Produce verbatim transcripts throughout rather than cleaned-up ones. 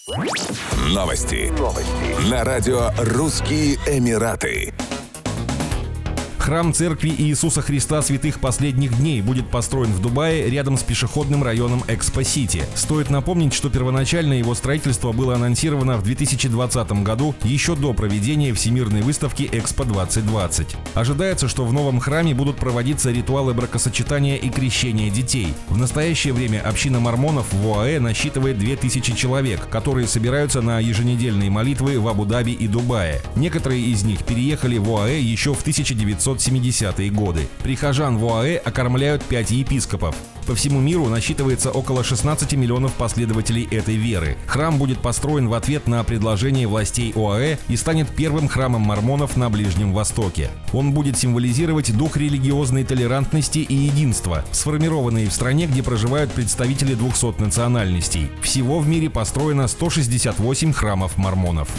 Новости. Новости. На радио «Русские Эмираты». Храм церкви Иисуса Христа Святых Последних Дней будет построен в Дубае рядом с пешеходным районом Экспо-Сити. Стоит напомнить, что первоначально его строительство было анонсировано в две тысячи двадцатом году, еще до проведения Всемирной выставки Экспо двадцать двадцать. Ожидается, что в новом храме будут проводиться ритуалы бракосочетания и крещения детей. В настоящее время община мормонов в ОАЭ насчитывает две тысячи человек, которые собираются на еженедельные молитвы в Абу-Даби и Дубае. Некоторые из них переехали в ОАЭ еще в тысяча девятьсот семидесятые годы. Прихожан в ОАЭ окормляют пять епископов. По всему миру насчитывается около шестнадцати миллионов последователей этой веры. Храм будет построен в ответ на предложение властей ОАЭ и станет первым храмом мормонов на Ближнем Востоке. Он будет символизировать дух религиозной толерантности и единства, сформированные в стране, где проживают представители двухсот национальностей. Всего в мире построено сто шестьдесят восемь храмов мормонов.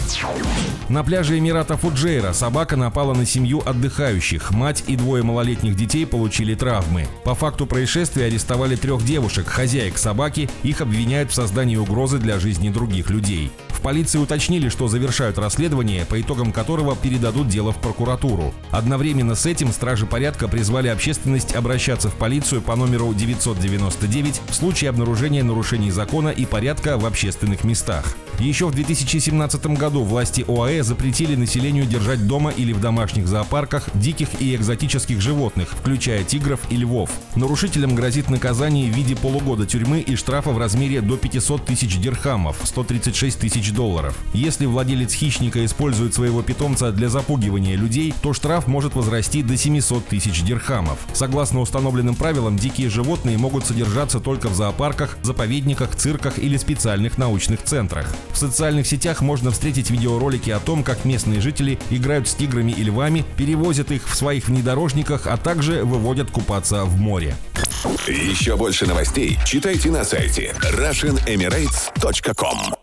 На пляже Эмирата Фуджейра собака напала на семью отдыхающих. Мать и двое малолетних детей получили травмы. По факту происшествия арестовали трех девушек, хозяек собаки, их обвиняют в создании угрозы для жизни других людей. В полиции уточнили, что завершают расследование, по итогам которого передадут дело в прокуратуру. Одновременно с этим стражи порядка призвали общественность обращаться в полицию по номеру девятьсот девяносто девять в случае обнаружения нарушений закона и порядка в общественных местах. Еще в две тысячи семнадцатом году власти ОАЭ запретили населению держать дома или в домашних зоопарках диких и экзотических животных, включая тигров и львов. Нарушителям грозит наказание в виде полугода тюрьмы и штрафа в размере до пятисот тысяч дирхамов – сто тридцать шесть тысяч долларов. Если владелец хищника использует своего питомца для запугивания людей, то штраф может возрасти до семисот тысяч дирхамов. Согласно установленным правилам, дикие животные могут содержаться только в зоопарках, заповедниках, цирках или специальных научных центрах. В социальных сетях можно встретить видеоролики о том, как местные жители играют с тиграми и львами, перевозят их в своих внедорожниках, а также выводят купаться в море. Еще больше новостей читайте на сайте Russian Emirates точка ком.